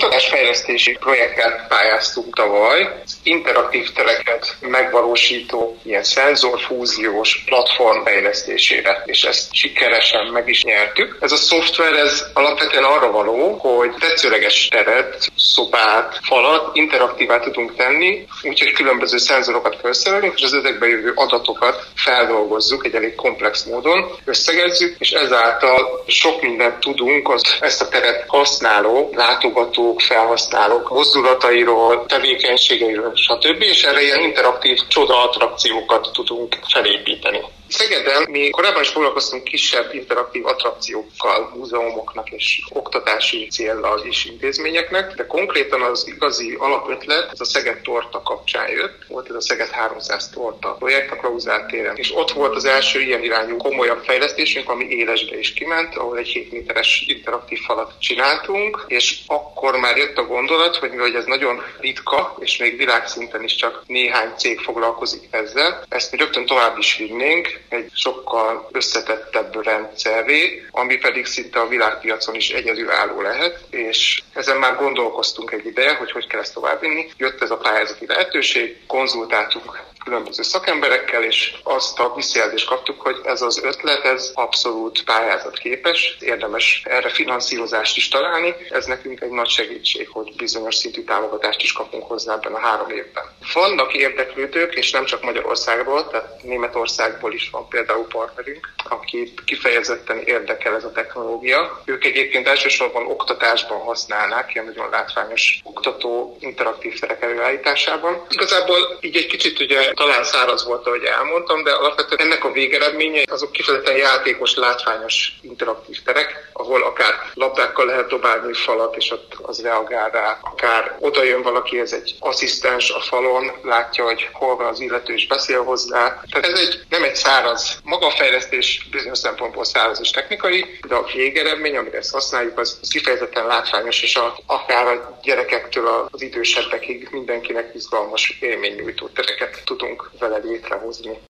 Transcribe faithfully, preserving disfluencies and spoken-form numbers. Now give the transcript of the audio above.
kutatásfejlesztési projekttel pályáztunk tavaly, interaktív tereket megvalósító ilyen szenzorfúziós platform fejlesztésére, és ezt sikeresen meg is nyertük. Ez a szoftver, ez alapvetően arra való, hogy tetszőleges teret, szobát, falat interaktívá tudunk tenni, úgyhogy különböző szenzorokat felszerelünk, és az ezekbe jövő adatokat feldolgozzuk egy elég komplex módon, összegezzük, és ezáltal sok mindent tudunk az ezt a teret használó látogatók, felhasználók mozdulatairól, tevékenységeiről, stb. És erre ilyen interaktív csoda attrakciókat tudunk felépíteni. Szegeden mi korábban is foglalkoztunk kisebb interaktív attrakciókkal, múzeumoknak és oktatási céllal is intézményeknek, de konkrétan az igazi alapötlet ez a Szeged Torta kapcsán jött. Volt ez a Szeged háromszáz Torta projekt a Klauzál téren. És ott volt az első ilyen irányú komolyabb fejlesztésünk, ami élesbe is kiment, ahol egy hét méteres interaktív falat csináltunk, és akkor már jött a gondolat, hogy mivel ez nagyon ritka, és még világszinten is csak néhány cég foglalkozik ezzel, ezt mi rögtön tovább is vinnénk, egy sokkal összetettebb rendszerré, ami pedig szinte a világpiacon is egyedülálló lehet, és ezen már gondolkoztunk egy ideje, hogy hogy kell ezt továbbvinni. Jött ez a pályázati lehetőség, konzultáltunk különböző szakemberekkel, és azt a visszajelzést kaptuk, hogy ez az ötlet, ez abszolút pályázatképes, érdemes erre finanszírozást is találni. Ez nekünk egy nagy segítség, hogy bizonyos szintű támogatást is kapunk hozzá ebben a három évben. Vannak érdeklődők, és nem csak Magyarországról, tehát Németországból is van például partnerünk, akit kifejezetten érdekel ez a technológia. Ők egyébként elsősorban oktatásban használnák, ilyen nagyon látványos oktató interaktív terek előállításában. Igazából így egy kicsit ugye talán száraz volt, ahogy elmondtam, de alapvetően ennek a végeredménye azok kifejezetten játékos, látványos interaktív terek, ahol akár labdákkal lehet dobálni falat, és ott az reagál rá, akár oda jön valaki, ez egy asszisztens a falon, látja, hogy hol van az illető, és beszél hozzá. Tehát ez egy, nem egy száraz, maga a fejlesztés bizonyos szempontból száraz és technikai, de a végeredmény, amire ezt használjuk, az kifejezetten látványos, és a, akár a gyerekektől az idősebbekig mindenkinek izgalmas élménynyújtó tereket tudunk vele létrehozni.